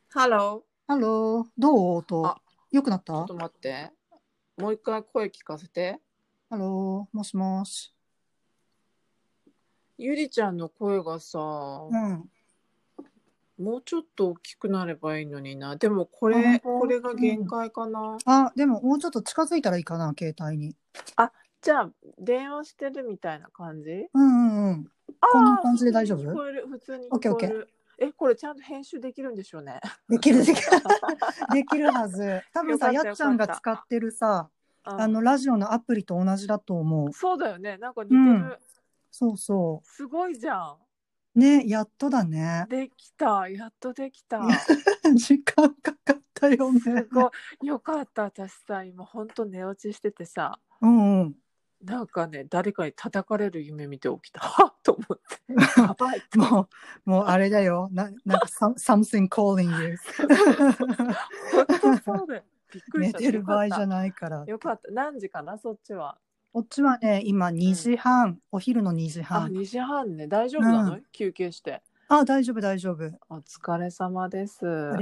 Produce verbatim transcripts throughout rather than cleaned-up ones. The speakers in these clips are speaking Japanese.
ハロハロー、どうー。 音？ あ、 よくなった？ ちょっと待って。もう一回声聞かせて。 ハロー、もしもし。 ゆりちゃんの声がさ、 うん。 もうちょっと大きくなればいいのにな。でもこあ、本れ、こ当？ れがうん。 限界かな。 あ、でももうちょっと近づいたらいいかな、携帯に。 あ、じゃあ、電話してるみたいな感じ。 うんうんうん。 ああ、 こんな感じで普通大丈夫？ に聞こえる。普通にオッケーオッケー。 聞こえる。え、これちゃんと編集できるんでしょうね。 できるできる。できるはず。多分さ、 よかったやっちゃんがよかった。 使ってるさ、 うん。 あの、ラジオのアプリと同じだと思そうだよね。なんかう。うん。 似てる。 そうそすごいじゃん。 う。ね、やっとだね。 できた。やっとできた。 時間かかったよね。 すごい。よかった。私さ、今ほんと寝落ちしててさ、 うんうん。 なんかね、誰かに叩かれる夢見て起きた。はっと思って。やばいと思って。 もう、もうあれだよ。な、なんか、some- something calling you そうそうそう。ほんとそうで。びっくりしちゃった。 寝てるよかった。 場合じゃないからって。 よかった。何時かな、そっちは。 こっちはね、今うん。 にじはん、お昼の2 あ、 時半。 にじはんね。大丈う夫なの？ ん。 休憩して。 あ、大丈夫、大丈夫。 お疲れ様です。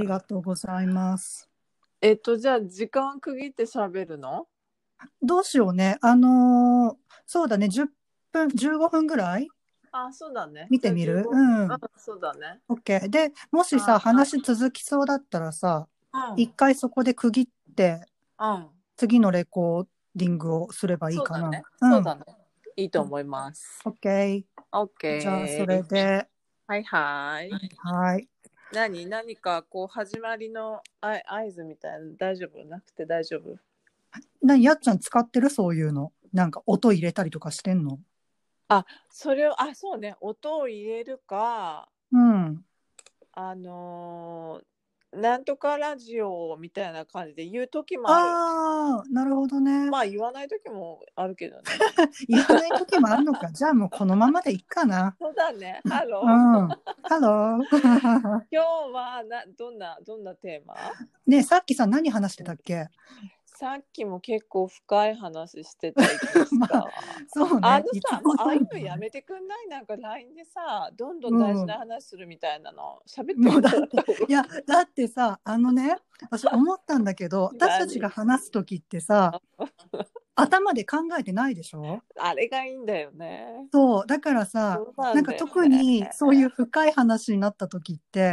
ありがとうございます。 えっと、じゃあ、時間区切って喋るの？ どうしようね。あのーそうだね、じゅっぷん、じゅうごふんぐらいあ、そうだね。じゃあ見てみ 15分。 る？ううん、 ん。 そうだね。 オッケー。で、もしさ、 はい。 話続きそうだったらさ、 うん。 一回そこで区切って、 うん。 次のレコーディングをすればいいかな。 そうだね。 うん。 そうだね。いいと思います。 オッケオッー。じゃあ、それケー。 で、 はいはい。 はい。 何何かこう始まりのあ合図みたいなの大丈夫？なくて大丈夫？ な、やっちゃん使ってる？そういうの。なんか音入れたりとかしてんの？ あ、それを、あ、そうね。音を入れるか、 うん。 あのーなんとかラジオみたいな感じで言う時もある。 ああ、なるほどね。 まあ言わない時もあるけどね。 言わない時もあるのか。じゃあもうこのままでいいかな。 そうだね。ハうロー。 ん。ハロー。 今日はなどんなどんなテーマ？ ねえ、さっきさ、何話してたっけ？ さっきも結構深い話してたいですまあ、 か？ そうね。 あのさ、もういつもああいうの通りだね。 やめてくんない？なんか ライン でさ、どんどん大事うん。 な話するみたいなの喋ってももうだって、 らった方が。 いや、だってさ、あのね、私思ったんだけど、私たちが何？ 話す時ってさ、頭で考えてないでしょ？ あれがいいんだよね。 そう、だからさ、 そうななんかんだよね。 特にそういう深い話になった時って、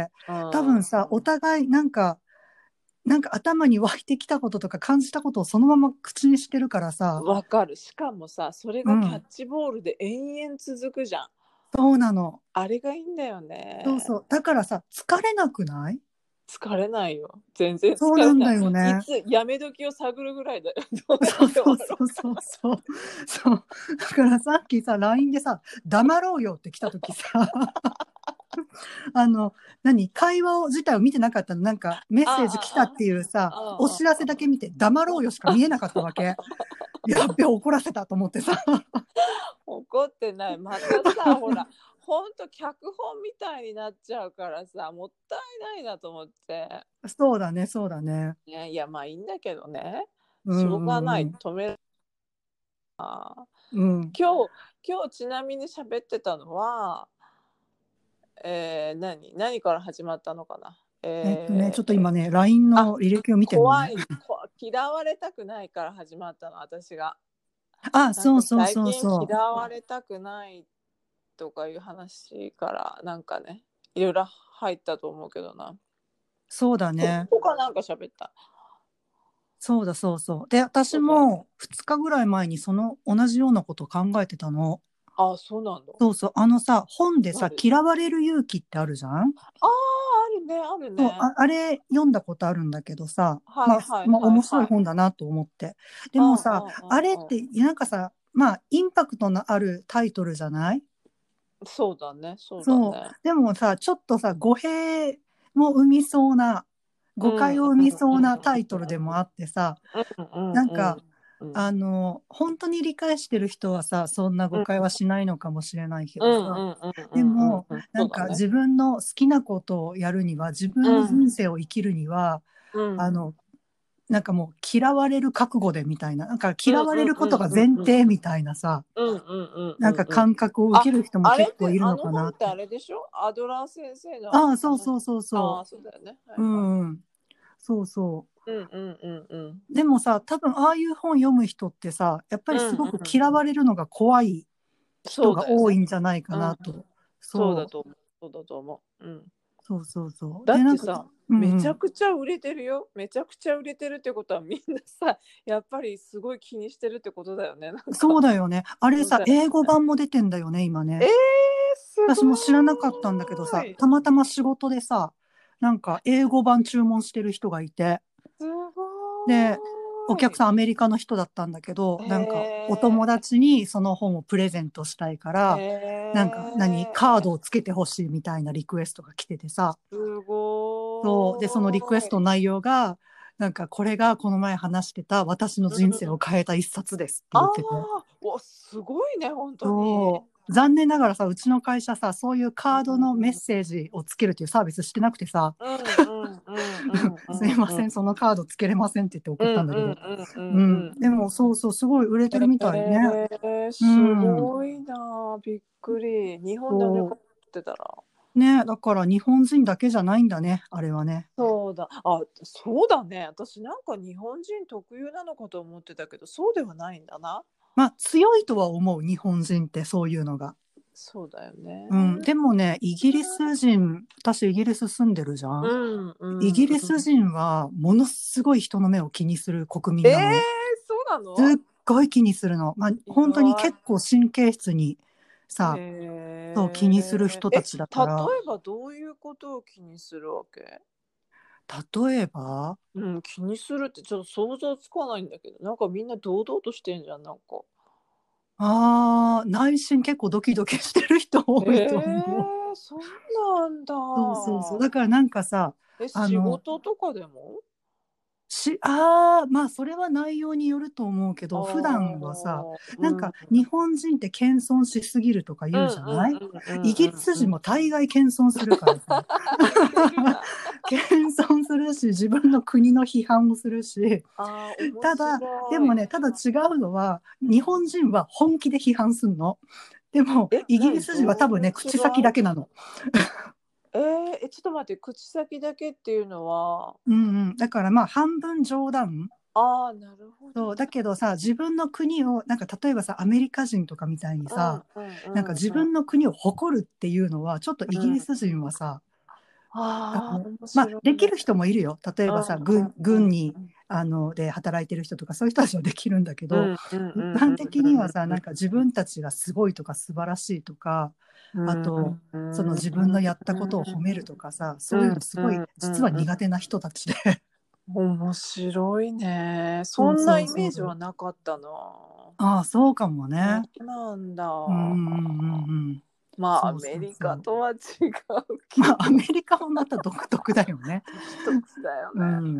うん。 多分さ、お互いなんか、なんか頭に湧いてきたこととか感じたことをそのまま口にしてるからさ、 わかる。しかもさ、それがキャッうん、 チボールで延々続くじゃん。 そうなの。 あれがいいんだよね。 そうそう。だからさ、疲れなくない？ 疲れないよ。全然そうなん疲れない。 だよね。 いつやめ時を探るぐらいだよ。どうやって終そうそうわろうか。 そうそうそう。そう。だからさっきさ、ライン でさ、黙ろうよって来た時さ、あの、何会話を自体を見てなかったの。なんか、メッセージ来たっていうさ、 ああ、ああ、 お知らせだけ見て、黙ろうよしか見えなかったわけ。やっべ、怒らせたと思ってさ。 怒ってない。またさ、ほら、ほんと脚本みたいになっちゃうからさ、もったいないなと思って。 そうだね、そうだね。 ね、いや、まあいいんだけどね。しょううんがない。 うんうん。 止める。 うん。 今日、今日ちなみに喋ってたのは、えー、何何から始まったのかな。 えっとね、ちょっとえー、 今ね、ラインあ、 の履歴を見てるのね。 怖い。こ嫌われたくないから始まったの、私が。 あ、 なんかそうそうそう最近そう。 嫌われたくないとかいう話からなんかね、いろいろ入ったと思うけどな。 そうだね。 他なんか喋った。 そうだそうそう。で、私そうだよ。 もふつかぐらい前にその同じようなことを考えてたの。 あ、そうなんだ。 そうそう。あのさ、本でさ、 何？ 嫌われる勇気ってあるじゃん？ ああ、あるね、あるそう、 ね。 あ、あれ読んだことあるんだけどさ、まあ、 はいはいまあ、面白いはいはい。 本だなと思って。でうんもさ、あれっうんうんうてなんかさ、まあ、インパクトのあるタイトルじゃない？ ん。そうだね、そうだそう。 ね。 でもさ、ちょっとさ、語弊も生みそうな、誤解うんうんを生みそううんなタイトルでもあってさ、 うんうんなんか、 うんあの、本当に理解してる人はさ、そんな誤うん解はしないのかもしれないけうんうどさ、 んうんうんうんでも、 うん。 なんそうだね。 か自分の好きなことをやるには、自分のうん人生を生きるには、 うんあの、 なんかもう嫌われる覚悟でみたいな、なんか嫌われることが前提みたいなさ、 うんうんうんなんかうんうん。 感覚を受ける人もあれっ結構いるのてあの本かなって。 ってあれでしょ？アドラー先生のああ、そう話。 そうそうああ、 そそうだよね。はう。ういはい。 ん、うん。そうそうんうんうんうん。 う。でもさ、多分ああいう本読む人ってさ、やっぱりすごくうんうん。 嫌われるのが怖い人が多いそうだよね。 んじゃないかうん。 なと。そう。 そうだと思う。そうだと思う。うん。 そうそうそう。 だっで、なんか、 てさ、めちゃうんうん。 くちゃ売れてるよ。めちゃくちゃ売れてるってことはみんなさ、やっぱりすごい気にしてるってことだよね。なんか、 そうだよね。あれさ、 そうだよ英語ね。 版も出てんだよね、今えー、 ね。 すご私も知らなかったんだけどさ、 ーい。 たまたま仕事でさ、なんか英語版注文してる人がいて、 すで、おごーい。 客さんアメリカの人だったんだけど、なんかお友へ達にその本をプレゼントしたいかえ。 ら、なんか何、カードへえ。 をつけてほしいみたいなリクエストが来ててさ、 すそう、で、そのリクエごーい。 ストの内容が、なんかこれがこの前話してた私のう人生をん。 変えた一冊ですってあ言ってて、 あ、お、すごいね、本当に。 そう、残念ながらさ、うちの会社さ、そういううカードのメッんセージをつけるっていうサービスしてなくてさ、 うんうんうんうんうすいません、 んうんそのカードつけれませんって言って送うんったんだけど、 うんうんううん、 んうん。 でもそうそう、すごい売れてるみたいね。 えー、 うすん、 ごいな、びっくり。日本であれ買そってたら。 う。ね、だから日本人だけじゃないんだね、あれはね。 そうだ。あ、そうだね。私なんか日本人特有なのかと思ってたけど、そうではないんだな。 まあ、強いとは思う、日本人ってそういうのが。 そうだよね。 うん、でもね、イギリス人、私イギリス住んでるじゃうん。 んうイギリんうん。 ス人はものすごい人の目を気にする国えー、 民なの。 そうなすっの？ ごい気にするの。まあ、 意本当に外。 結構神経質にさ、そう気へにする人え。え、例たちだから、 えばどういうことを気にするわけ？ 例えば、 うん、気にするってちょっと想像つかないんだけど、なんかみんな堂々としてんじゃん、なんか。 ああ、内心結構ドキドキしてる人多いとえ思う。 え、そうなんそうそうそう。 だ。 だからなんかさ、 え、仕あの、 事とかでも？ し、ああ、まあそれは内容によると思うけあど、普段はさ、 あ、うん。 なんか日本人って謙遜しすぎるとか言ううんじゃない？ うんうんうんイギリうんうん。 ス人も大概謙遜するからさ。 似てるな。 謙遜するし、自分の国の批判もするし、 ああ、面ただ、で白い。 もね、ただ違うのは、日本人は本気で批判すんの。でも、 え、 イギリ何ス人は多分ね、 どういう違口先だい？ けなの。 えー、え、ちょっと待って、口先だけっていうのは、 うんうん。だからまあ、半分冗談。 ああ、なるほどね。 そう、だけどさ、自分の国を、なんか例えばさ、アメリカ人とかみたいにうんさ、 うんうなんかんうん。 自分の国を誇るっていうのは、ちょっとイうん。 ギリス人はさ、あああ、 の、 面まあ、 白いね。 できる人もいるよ。例えうんばさ、軍、 うん軍に、 うんあの、で働いてる人とか、そういう人たちはできるんだけど、 うんうんう一んうん般的にはさ、 うんなんか自分たちがすごいとか素晴らしいとか、あうんと、そのうん自分のやったことを褒めるとかさ、そういううんのすごい、 うんう実はん。 苦手な人たちで。 面白いね。 そうそんなそうそイメージはう。 なかったな。 ああ、そうかもね。 そうなんだ。 うんうんうんうん。 まあ、アそうそメリうそう。 カとは違うまあ、アメけど、 リカもまた独特だよね。 独特だよね。 うん。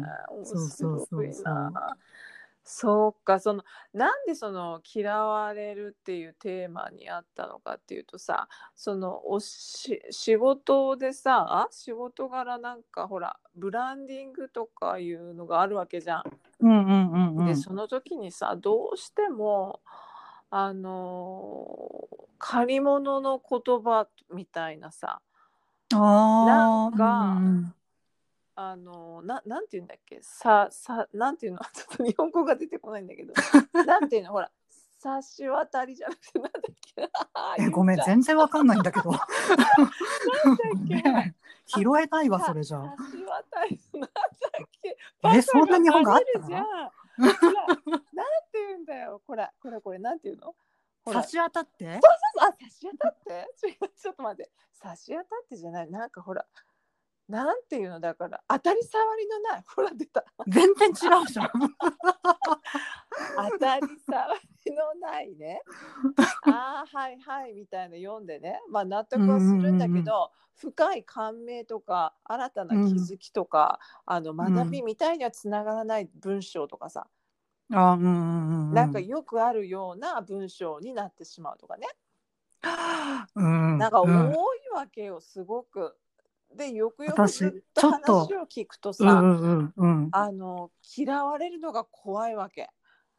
面そうそう白そういな。 そそうか、その、なんでその嫌われるっていうテーマにあったのかっていうとさ、そのおし仕事でさ、仕事柄なんかほら、ブランディングとかいうのがあるわけじゃん。 う。うんうんうんうで、 ん。 その時にさ、どうしても、あの、借り物の言葉みたいなさ、なんああ、うんか、 うん。 あの、ななんて言うんだっけ、ささなんていうの、ちょっと日本語が出てこないんだけど、なんていうの、ほら、差し渡りじゃなくてなんだっけ、 え、ごめん、 言っちゃう。 全然わかんないんだけど。 なんだごめっけ、ほら、 ん。拾あ、 えないわ、そされじゃあ。 差し渡り、なんだっけ、バえ、そんなカがバレ日本があった？ るじゃん。ほら、なんて言うんだよ、これ、これこれ、なんていうの？ほら、 差し当たって？ そうそうそう、あ、差し当たって？違う、ちょっと待って、差し当たってじゃない、なんかほら、なんていうの、だから、当たり障りのない、ほら出た。 全然違うじゃん。 当たり障りのないね。ああ、はいはいみたいな読んでね、まあ納うんう得はするんだんうんけど、深い感銘とか新たなうん。 気づきとか、あのうん。 学びみたいにはつながらない文章とかさ、 あ、うんうんうんうん。 なんかよくあるような文章になってしまうとかね、 うんなんかうん。 多いわけよ、すごく。 でよくよく私ずっとちょっと話を聞くとうさ、 んうんうんうん。 あの嫌われるのが怖いわけ。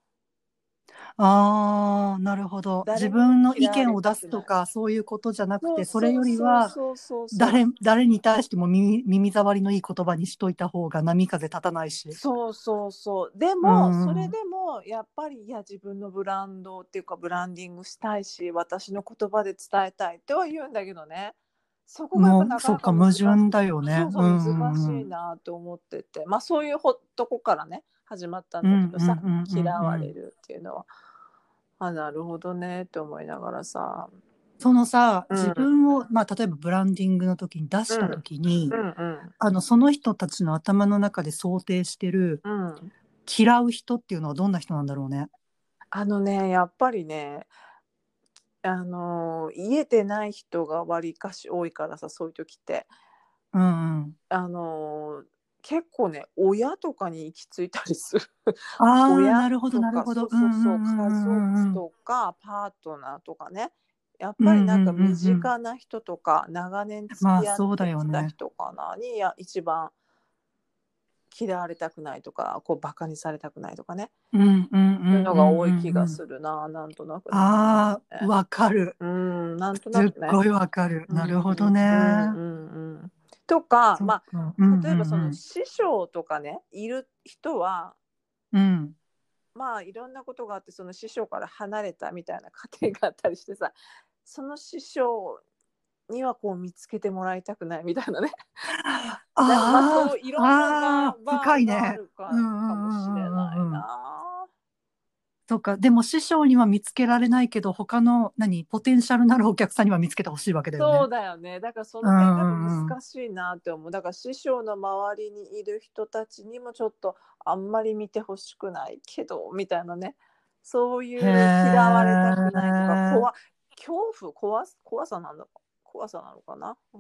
ああ、なるほど。自誰にも分の意嫌われ見を出たくない。 すとか、そういうことじゃなくて、それそうそうよりは、 そうそうそうそう誰、誰に対しても耳、耳障りのいい言葉にしといた方が波風立たないし。 そうそうそうでうもそれんうん。 でもやっぱりいや自分のブランドっていうかブランディングしたいし私の言葉で伝えたいとは言うんだけどね、そこがやっぱもう、 なかなかそっか、 難しい。 矛盾だよね。 そうそううん難しうんうん。 いなと思ってて、まあそういうほとこからね始まったんうんだけどさ、 うんうんう嫌んうん。 われるっていうのはあなるほどねって思いながらさ、 そのさ、自うん分を、まあ、例えばブランディングの時に出したうん時に、 うんうんあの、その人たちの頭の中で想定してる、 うん、 嫌う人っていうのはどんな人なんだろうね。 あのねやっぱりねあの言えてない人がわりかし多いからさ、そういう時ってうんうん。 あの結構ね親とかに行き着いたりする。 ああ、 親なるほどとかなるほど。 そうそううんうんうそう家族んうんうんとかパートナーとかね、やっうん。うぱりなんかんうんうんうん。 身近な人とか長年付まあそうき合ってだよね。 きた人かなにや一番嫌われたくないとかこうバカにされたくないとかね、 うんうんうんそういうのがうん多い気うんうん。 がするな、なんとなくね。 ああ、わかる。 うんなんとなくね。 すっごいわかる。 うんなるほどうんうね。 んうん。とか、まそっか。うんあ、例えばそのうん師匠とかね、いる人は、 うん。うん。 まあいろんなことがあって、その師匠から離れたみたいな過程があったりしてさ、その師匠にはこう見つけてもらいたくないみたいなね。なんかまああそういあ、 ろんな場ああ、 場合があ深いね。 るか、 うんうんかもしれないうんうんうんうん。 な。 そっか。でも師匠には見つけられないけど、他の、何、ポテンシャルなるお客さんには見つけてほしいわけだよね。 そうだよね。だからそうの辺がやっぱんうんうん。 難しいなって思う。だから師匠の周りにいる人たちにもちょっとあんまり見てほしくないけどみたいなね。そういへう嫌われたくないとかえ。 怖恐怖怖す怖さなんだ怖さなのかな。うん、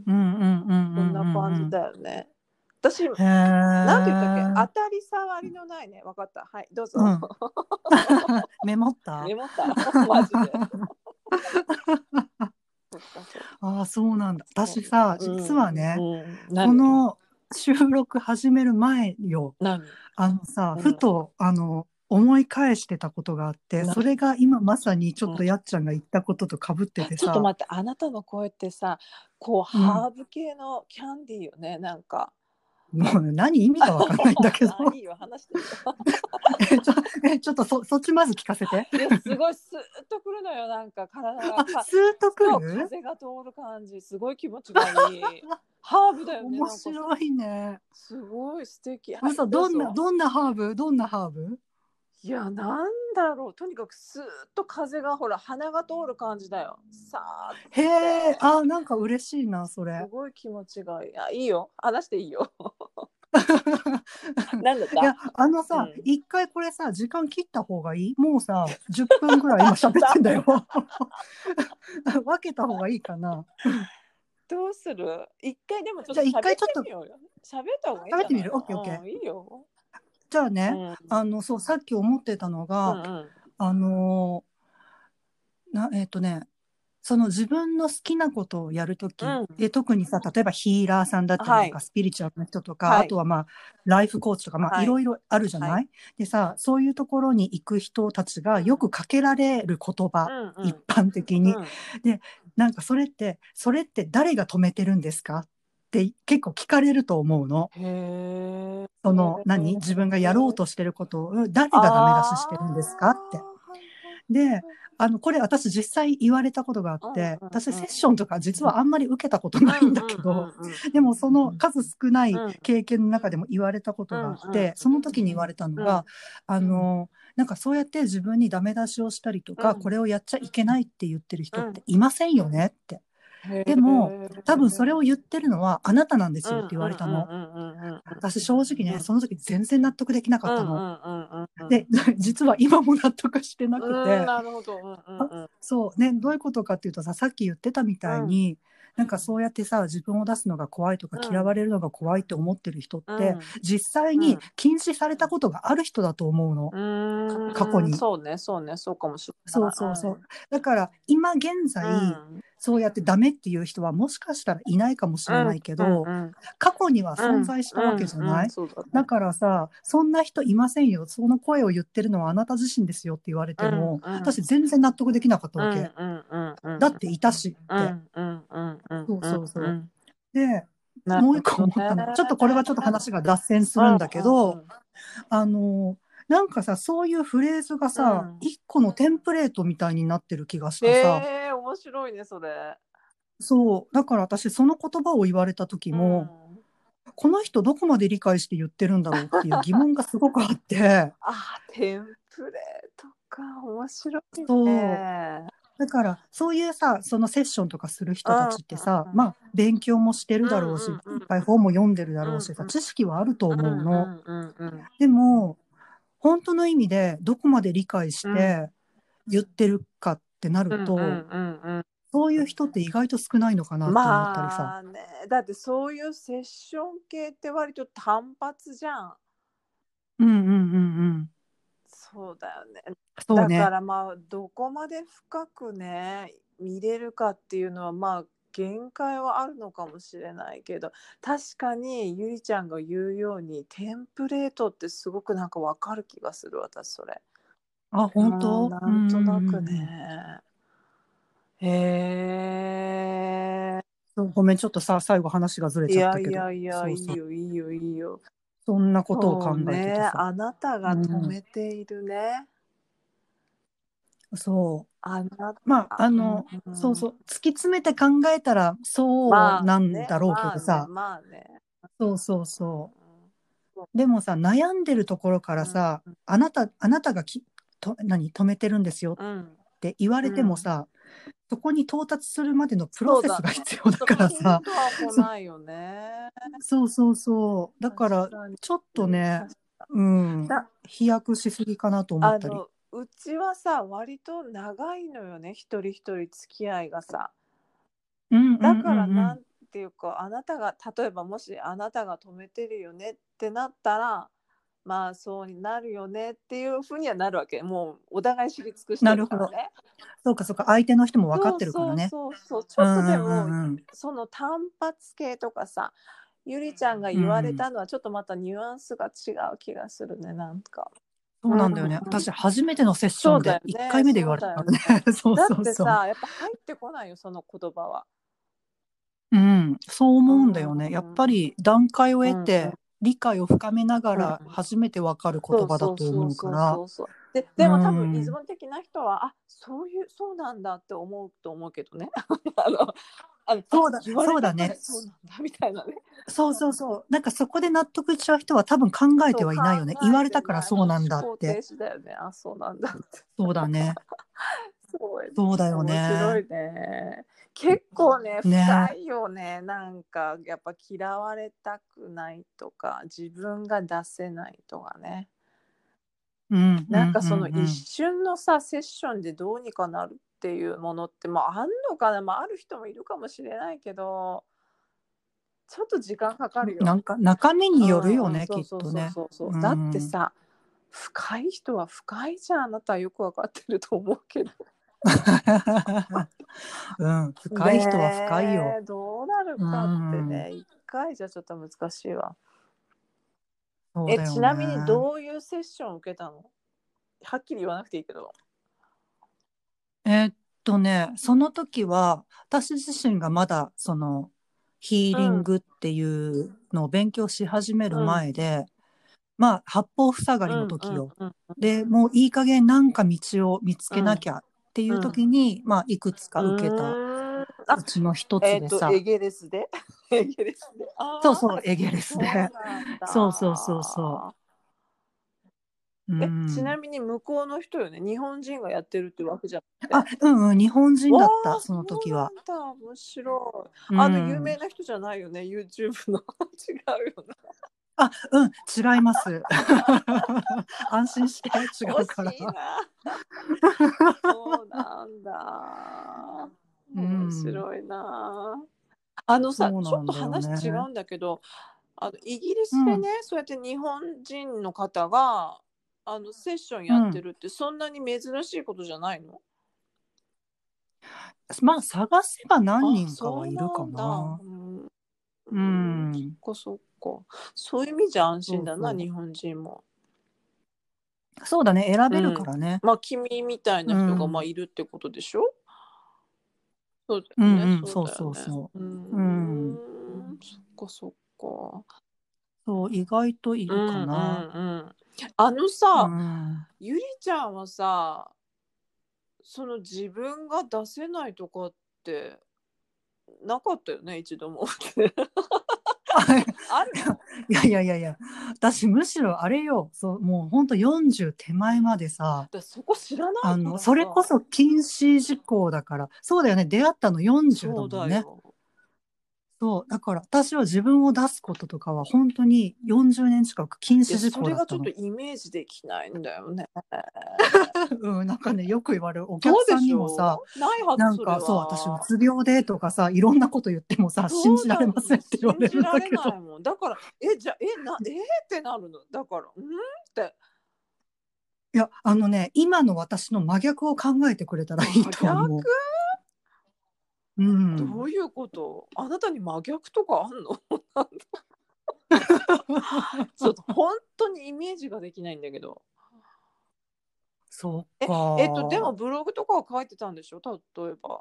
うんうんうんうそんんうな感じんうん。 だよね。私へなんて言ったっけ、当え。 たり障りのないね。わかった。はいどうぞ。 うん。メモった。 メモったマジで。そっかそっか。 ああ、そうなんだ。 そ私さ、 う実うんはね、 うん何この収録始める前よ、 何あのさ、 うんふと、あの、思い返してたことがあって、それ何が今まさにちょっうんとやっちゃんが言ったこととかぶっててさ、 ちょっと待って、あなたの声ってさ、こううん。 ハーブ系のキャンディーよね、なんか。 もう何意味がわかんないんだけど。 あ、いいよ、話していいよ。 え、ちょ、え、ちょっとそ、そっちまず聞かせて。 いや、すごいスーッとくるのよ、なんか体があ、 か、 スーッとくそう、 る。 風が通る感じ、すごい気持ちがいい。ハーブだよね、 面なんか、 白いね。 すごい素敵。はい、 嘘、どんな、 どうぞ。 どんなハーブどんなハーブ。 いや、なんだろう、とにかくスーッと風が、ほら、鼻が通る感じだよ。さーっへえ、 て。 あ、なんか嬉しいな、そすれ。 ごい気持ちがいい。あ、いいよ。話していいよ。なんだっいや、 たあのさ、 うん。 一回これさ、時間切った方がいい。もうさ、じゅっぷんぐらい今喋ってんだよ。分けた方がいいかな。 どうする一回でもちょっじゃあ一と喋って回ちょっとみようよ。喋った方がいいんじゃ喋ってみないのる。オッケーオッケー。 うん、いいよ。 じゃあね、 うん。 あの、そう、さっき思ってたのが、 うんうん。 あのーな、えっとね、その自分の好きなことをやるとき、 うん。 え、特にさ、例えばヒーラーさんだったりはい。 とか、スピリチュアルな人とか、 はい。 あとはまあ、ライフコーチとか、まあ、いはい。 ろいろあるじゃはい。 ないでさ、そういうところに行く人たちがよくかけられる言葉、 うんう一ん。 般的に。 うん。 で、なんかそれって、それって誰が止めてるんですかって結構聞かれると思うの。 へその、何え。 自分がやろうとしてることを誰がダメ出ししてるんですかって。 ああ、はいはいで、 はい。 あの、これ私実際言われたことがあっうんて、私うんうん。 セッションとか実はあんまり受けたことうんないんだうんうんけど、 うん。 でもその数少ないうん経験の中でも言われたことがあうんうんって、その時に言われたのうんが、あの、なんかそうやって自分にダメ出しをしたりとか、こうんれをやっちゃいけないって言ってる人っうん。 ていませんよねって。 へでも、多分そえ。 れを言ってるのはあなたなんですよって言うんうんわれたの。 うんうんうんうん私正直ね、 うん。 その時全然納得できなかうんうったの。 んうんうんうん。 で、実は今も納得してなうーん、 くて、 なるほど。うんうんあ、 うん。 そうね、どういうことかっていうとさ、さっき言ってたみたいうんに、なんかそうやってさ、自分を出すのが怖いとかうん嫌われるのが怖いって思ってる人っうて、 ん実際にうん。 禁止されたことがある人だと思うの。 うーん、 過去に。 そうねそうね、そうかもしれそうない。 そうそう。だから今現う在、 ん。 そうやってダメっていう人はもしかしたらいないかもしれないけど、 うんうん過去にはうん存在したわけじゃうんうない、 んそうだねだからさ、そんな人いませんよ。その声を言ってるのはあなた自身ですよって言われても、 うんうん私全然納得できなかったうんうわけ。 んうんうんだっていたしうって。 んうんうんうんそううんそうそう。 うんで、 なるもう一個ほどね。 思ったの。ちょっとこれはちょっと話が脱線すうんるんだけど、 うんあの、なんかさ、そういうフレーズがさ、 うん一個のテンプレートみたいになってる気がしへてさ、 え面白いねそれ。 そう、だから私その言葉を言われた時うも、 んこの人どこまで理解して言ってるんだろうっていう疑問がすごくあって、 あテンプレートか面白いそう。 ね。 だからそういうさ、そのセッションとかする人たうんちってさ、 うんまあ勉強もしてるうんだろうし、いっうんうんぱい本も読んでるだろうしさ、 うんうん知識はあるとうん思うの。 うんうんうんでも、本当の意味でどこまで理解しうんて言ってるかってなうんうんると、 うんうんそういう人って意外と少ないのかなって思ったりさ。 まあねだってそういうセッション系って割と単発じゃん。 うんうんうんうん。 そうだよね。 そうね。 だからまあどこまで深くね見れるかっていうのはまあ限界はあるのかもしれないけど、確かにゆりちゃんが言うようにテンプレートってすごくなんかわかる気がする私それ。 あ、 う本ん当うんなんとなくうんうんうん。 ね。へえ。 そう、ごめん、ちょっとさ、最後話がずれいやいちゃったけど。 やいやいいそうそう。 よいいよいいよ。 そんなことを考そうえててさ。 ねあなたが止うん。 めているね。 そあなう。まあ、 た。うあの、そうん、 そう。突き詰めて考えたらそうまあなんねだろうけまあねどさ。 まあね。 そうそううんそう。でもさ、悩んでるところからうんさ、あなた、あなたがき、と、何、止めてるんですよっうんて言われてもうんさ、そこに到達するまでのプロセスがそうだね。 必要だからピンさ、 とは来そ、 ないよね。 そうそうそう。だ確から、 かに。 ちょっとね、 確かうん、 だ飛躍しすぎかなと思ったり。 あのうちはさ割と長いのよね一人一人付き合いがさ。 うんうんだからうんうん。 なんていうかあなたが例えばもしあなたが止めてるよねってなったらまあそうになるよねっていうふうにはなるわけ。もうお互い知り尽くしてなるほど。 るからね。 そうかそうか。相手の人も分かっそうてるからね。 そうそうそうちょっとうんうでもんうんうん。 その単発系とかさゆりちゃんがうん言われうん。 たのはちょっとまたニュアンスが違う気がするねなんか。うんうん、 そうなんだよね。私、初めてのセッショそうだンで1 よね回目で言わそうだよれたからね。 ね。 そうだっそうそう。 てさやっぱ入ってこないよその言葉は。 うん、そうう思うんだよね。やっんぱり段階をうんうん得て、理解を深めながらうん初めてわかる言葉だそうそうと思うかそうそうら。 そうそう。で、 うでも多分依ん。 存的な人は、あ、そういう、そうなんだって思うと思うけどね。あの、あの、あ、 そうだ、 言われたからそうだね。 そうなんだみたいなね。 そうそうそう。なんかそこで納得しちゃう人は多分考えてそう考はいないよね。言わえれたからてない。もうそうなんだっ思考停て。 止だよね。あ、そうなんだって。 そうだね。 そうやそうだよ面白ね。 いね。結構ね、深ね。 いよね。なんか、やっぱ嫌われたくないとか、自分が出せないとかね。 うんうなんんうかその一んうん。 瞬のさセッションでどうにかなるっていうものってまああんのかな、まあ、ある人もいるかもしれないけどちょっと時間かかるよ。 なんか中身によるうんうんよね、きそうそうそうっとね。 そうそううだってん。 さ深い人は深いじゃんあなたはよくわかってると思うけどうん、深い人は深いよ。 ねえどうなるうかってん。 ね一回じゃちょっと難しいわ。えそうだよね。 ちなみにどういうセッションを受けたの？はっきり言わなくていいけど。 えーっとね、その時は、私自身がまだ、その、ヒーうんリングっていうのを勉強し始めるうん前で、まあ、八方塞がりのうんうん時よ。 うんで、もういい加減なんか道を見つうんけなきゃっていううん時に、まあ、いくつうか受けたーん。あ、 うちの一えっ、と、エつでさ、 ゲレスで。エゲレスで。ああ、 そうそう、エゲレスそうで。 なんそうそうそうそだ。 う。うえ、ちなん。 みに向こうの人よね。日本人がやってるってわけじゃなくあ、 て。 うんうん、日本人わだった、 あ、 そのそう時は。 なんだ。面白い。 うあの、有名ん。 な人じゃないよね。YouTube の。違うよな。 あ、うん、違います。安心して違うから。 惜しいな。そうなんだ。 う面ん、 白いな。あのさ、 そうちょっとなんだよね。 話違うんだけど、あのイギリうん、 スでね、そうやって日本人の方があのセッションやってうん。 るってそんなに珍しいことじゃないの？ まあ探せば何あ、 人かそうはいるかなんだ。 な。 うん、ううん、そっん。 かそっか。そういう意味じゃ安心だな、 そうそ日本人も。 う。そうだね、選べるかうん。 らね。 まあ、君みたいうな人がまあん。 いるってことでしょ。そうだよね、 うんうん、 そうそうだよね。 そうそうーう。うん。 ん、そっかそっか。 そう、意外といるかうんうんな。 うん。あのうさ、 ん。 ゆりちゃんはさ、その自分が出せないとかってなかったよね、一度も。あるの？ いやいやいやいや、私むしろあれよ、そう、もうほんとよんじゅう手前までさ、 だそこ知らないかあの、 らさ。 それこそ禁止事項だから、そうだよね、出会ったのよんじゅうだそうもんね。 だよ。 そう、だから私は自分を出すこととかは本当によんじゅうねん近く禁いや、 止事それがちょっと項だったの。 イメージできないんだよね。 うん、なんかね、よく言われる。お客さんそうでしにもさ、 ょ？ないはず、それなんか、そう、私、うは。 つ病でとかさ、いろんなこと言ってもさ、信じらそうだよ、 れませんって言わ信れるんじられだけど。 ないもん。だから、え、じゃあ、え、な、えーってなるの。だから、うんって、 いや、あのね、今の私の真逆を考えてくれたらいい真逆？ と思う。うん。 どういうこと？あなたに真逆とかあんの？ちょっと本当にイメージができないんだけど。 そっえ、えっと、でもか。 ブログとかは書いてたんでしょ？例えば。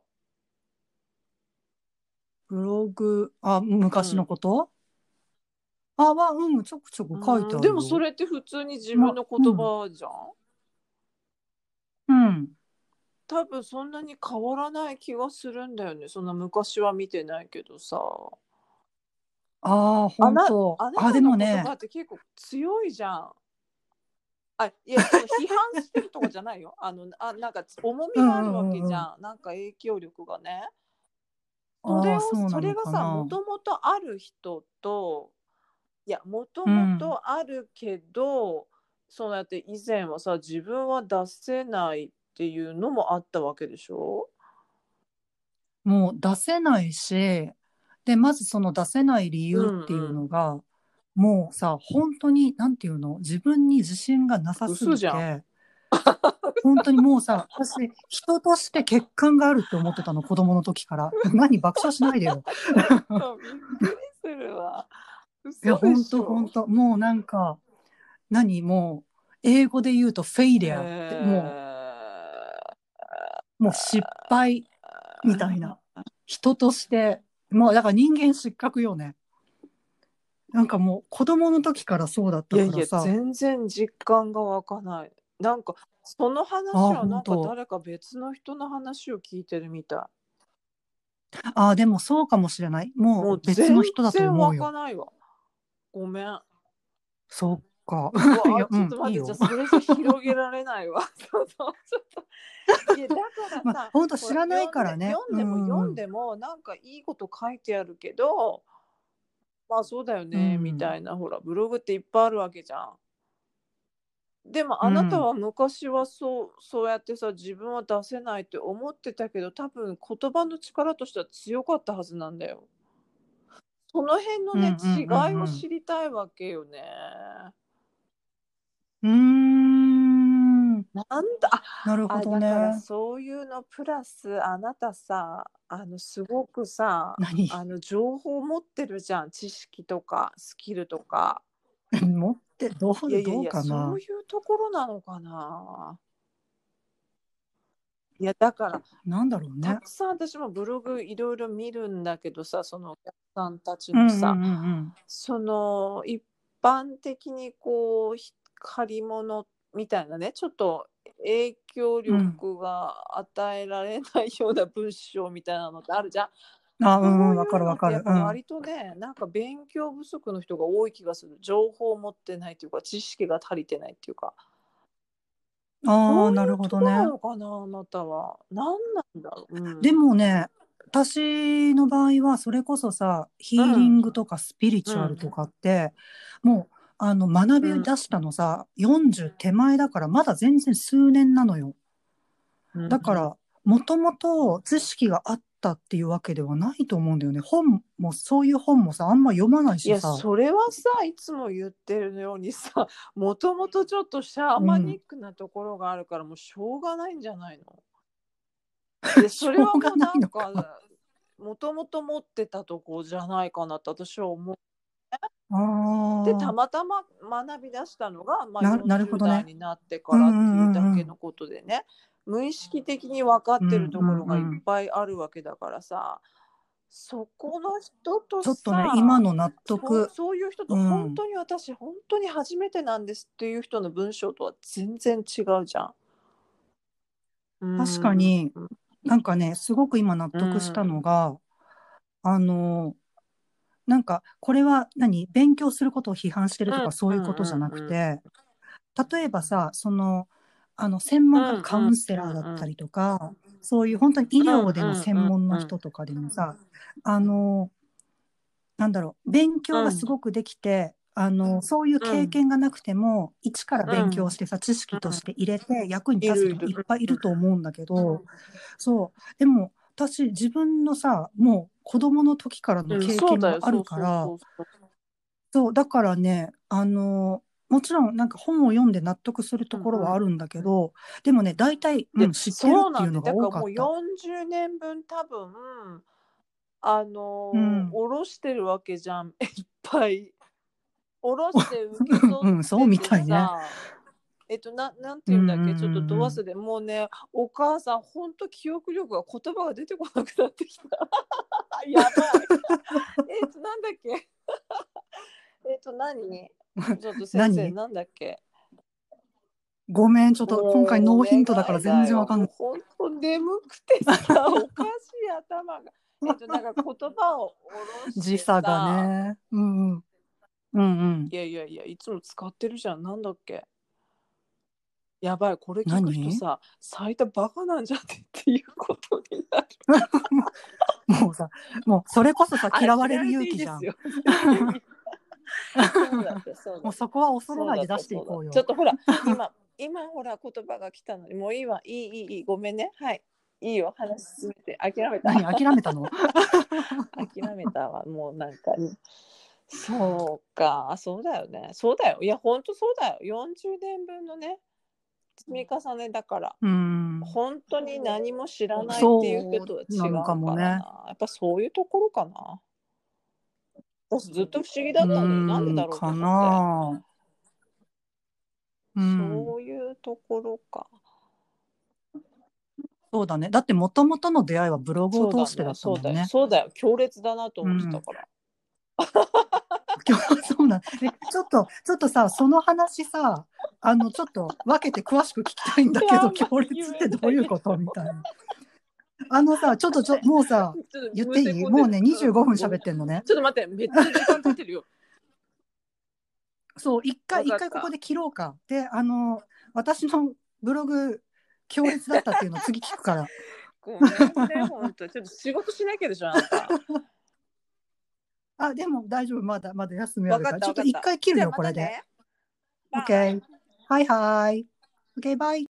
ブログ、あ、 うん。 昔のことあ、は、うん、ちょくちょく書いてうん、でもそあるよ。 れって普通に自分ま、 の言うん、 葉じゃん。 うん。 多分そんなに変わらない気がするんだよね。そんな昔は見てないけどさ。 ああ、 あな、 本当。あ、 あなたでの言葉もね、 って結構強いじゃん。あ、いや、その批判してるとかじゃないよ。あの、あ、なんか重うみがあるわんうんうんうん。 けじゃん。なんか影響力がね。それああ、 を、 そうなのそれがさ、もかな。 ともとある人と、いや、もともうん。 とあるけど、そうやって以前はさ、自分は出せないっていうのもあったわけでしょ？ もう出せないし、で、まずその出せない理う由っていうんうん。 のが、もうさ、本当に、なんていうの、自分に自信がなさす嘘じゃん。 ぎて、本当にもうさ、私、人として欠陥があるって思ってたの、子供の時から。何、爆笑しないでよ。 ちょっとびっくりするわ。 いや、 嘘で本しょ？ 当本当もうなんか、何、もう、英語で言うとフェイリアーって、 へもう、もう失敗みたいな。人として、もうだから人間失格よね。なんかもう子供の時からそうだっいやいや、 たからさ、 全然実感が湧かない。なんか、そのああ、 話はなんか本当。 誰か別の人の話を聞いてるみたああ、でもそうかもしれない。 い。 もうもう全別の人だと然湧思うよ。 かないわ。ごめん。 そっか。 ういや、 わー、 うん、 ちょっと待って、じゃあいいよ。 それじゃ広げられないわ。そうそう、ちょっと。いや、だからまあ、 さ、 本当ほら、 知らない読んで、 からね。う読んでもんうん。 読んでも、なんかいいこと書いてあるけど、まあそうだようね、みたん。 いな、ほら、ブログっていっぱいあるわけじゃん。でもあなたうん。 は昔はそうそうやってさ、自分は出せないって思ってたけど、多分言葉の力としては強かったはずなんだよ。その辺のうんうね、違いをん知りたいわけよね。 うんうん。うーん。 なんだ、あ、 なるほあ、 どだからね。 そういうのプラス、あなたさ、あの、すごくさ、 何あの、情報持ってるじゃん、知識とかスキルとか。 持って、どう、どういやいやいや、 かな。 そういうところなのかな。いや、だからなんだろうね。 たくさん私もブログいろいろ見るんだけどさ、そのお客さんたちうんうんうのさ、 んその一般的にこうひ借り物みたいなね、ちょっと影響うん。うん。 力が与えられないような文章みたいなのってあるじゃん。 あ、うんうん、わそういうのかるわかる。うん。 ってやっぱ割とね、なんか勉強不足の人が多い気がする。情報を持ってないというか、知識が足りてないっていうか。 ああ、なるそういうほどね。 とこなのかな、あなたは。何なんだろう。うでん。 もね、私の場合はそれこそさ、ヒーリうん。 ングとかスピリチュアルうん。 とかって、もう、あの、学うん。 び出したのさ、よんじゅう手前だからまだ全然数年なのよ。 うん。 だから、もともと知識があったっていうわけではないと思うんだよね。本も、そういう本もさ、あんま読まないいや、 しさ。 それはさ、いつも言ってるようにさ、もともとちょっとシャーマニうん。 ックなところがあるから、もうしょうがないんじゃないの？ でしそれはもょうがなうないんのか。 かもともと持ってたとこじゃないかなって私は思う。でたああ、 またま学び出したのが、まあ、 な、なるほよんじゅうどね。 代になってうんからっていうだうんうんけのことでね、無意識的に分かってるうん。 ところがいっうんうんうん。 ぱいあるわけだからさ、そこの人とちょっとね、今さ、 の納そう、 得。 そういう人と本うん。 当に私本当に初めてなんですっていう人の文章とは全然違うじゃん。う確かん。 に、なんかね、すごく今納う得したのん。 が、あの、なんか、これは何勉強することを批判してるうん。 とかそういうことじゃなくうん。 て、例えばさ、その、あの、専門家のうん。うん。 カウンセラーだったりとか、そういう本当に医うん。 療でのうん。うん。 専門のうん。 人とかでもさ、あの、なんだろう、勉強がすごくできて、あの、そういう経うん。 験がなくても、一からうん。 勉強してさ、知識として入れて役にいるいる。 立つ人もいっぱいいうん。 ると思うんだけど、そう。でも、私、自分のさ、もう子供の時からのうん、 経そうだよ。 験があそうるから、 そうそうそう。 そう、だからね、あの、もちろんなんか本を読んで納得するところうんうん。 はあるんだけど、でもね、大体、うで、 ん、知ってるそうなんで、 っていうのがだからもう多かった。 よんじゅうねんぶん多分、あの、 うん。 下ろしてるわけじゃん、いっぱい。下ろして受け取うん、そうっててみたいね。 さ、えっと、ななんてうんうん言うんだっけ、ちょっとどうんうん。 忘れ、もうね、お母さんほんと記憶力が言葉が出てこなくなってきた。やばい。えっと、なんだっけ。えっと、何？ちょっと先生、 何なんだっけ。 ごめん、ちょっと今回もうお願ノーヒントだから全いだよ。 然わかんない。 もうほんと眠くてさ、おかしい頭が。えっと、なんか言葉を下ろして時差がさ、 ね。うんうん。うんうん。 いやいやいや、いつも使ってるじゃん。なんだっけ。やばい、これ聞く人何さ、最多バカなんじゃねっていうことになる。 もうさ、もうそれこそさ、 あ、 嫌われる嫌われて勇気じゃん。 いいですよ。全然いい。そうだった、そうだった。 もうそこは恐れそうだった、 ないで出していそうだった。ちょこうよ。 っとほら、今、今ほら言葉が来たのに、もういいわ、いいいいいい、ごめんね。はい。いいよ、話進めて。諦めた。 何諦めたの？ 諦めたわ、もうなんか、そうか、そうだよね。そうだよ。いや、ほんとそうだよ。よんじゅうねんぶんのね、積み重ねだから。 うん。 本当に何も知らないっていう人そとは違うなのかうからもね。 な。やっぱそういうところかな。私ずっと不思議うだったのよ。なんでーん、 だろうとか思って。 な。うん。 そういうところか。 そうだね。だってもともとの出会いはブログをそうだね、 通してだったそうだよ、 もんね。 そうだよ。強烈だなと思ってたうん。 から。 今日そうなん。え、ちょっと、ちょっとさ、その話さ、あの、ちょっと分けて詳しく聞きたいんだけど、 やば強い、言烈ってどうえないけど。 いうことみたいな。あのさ、ちょっとちょ、もうさ、 ちょっとむ言っていい？ せ込んでる。 もうね、25 うんうん、 分ごめん。 喋ってんのね。 ちょっと待って、めっちゃ時間経ってるよ。 そう、一回、一わかった。 回ここで切ろうか。で、あの、私のブログ、強烈だったっていうのを次聞くから。 ごめんね、ほんと。ちょっと仕事しなきゃでしょ、あんた。 あ、でも大丈夫。まだ、まだ休みあわかるから。ちょっとったわかった。 一回切るよ、 じゃあまこれで。 たね。バイ。 OK。はいはい。OK、バイ。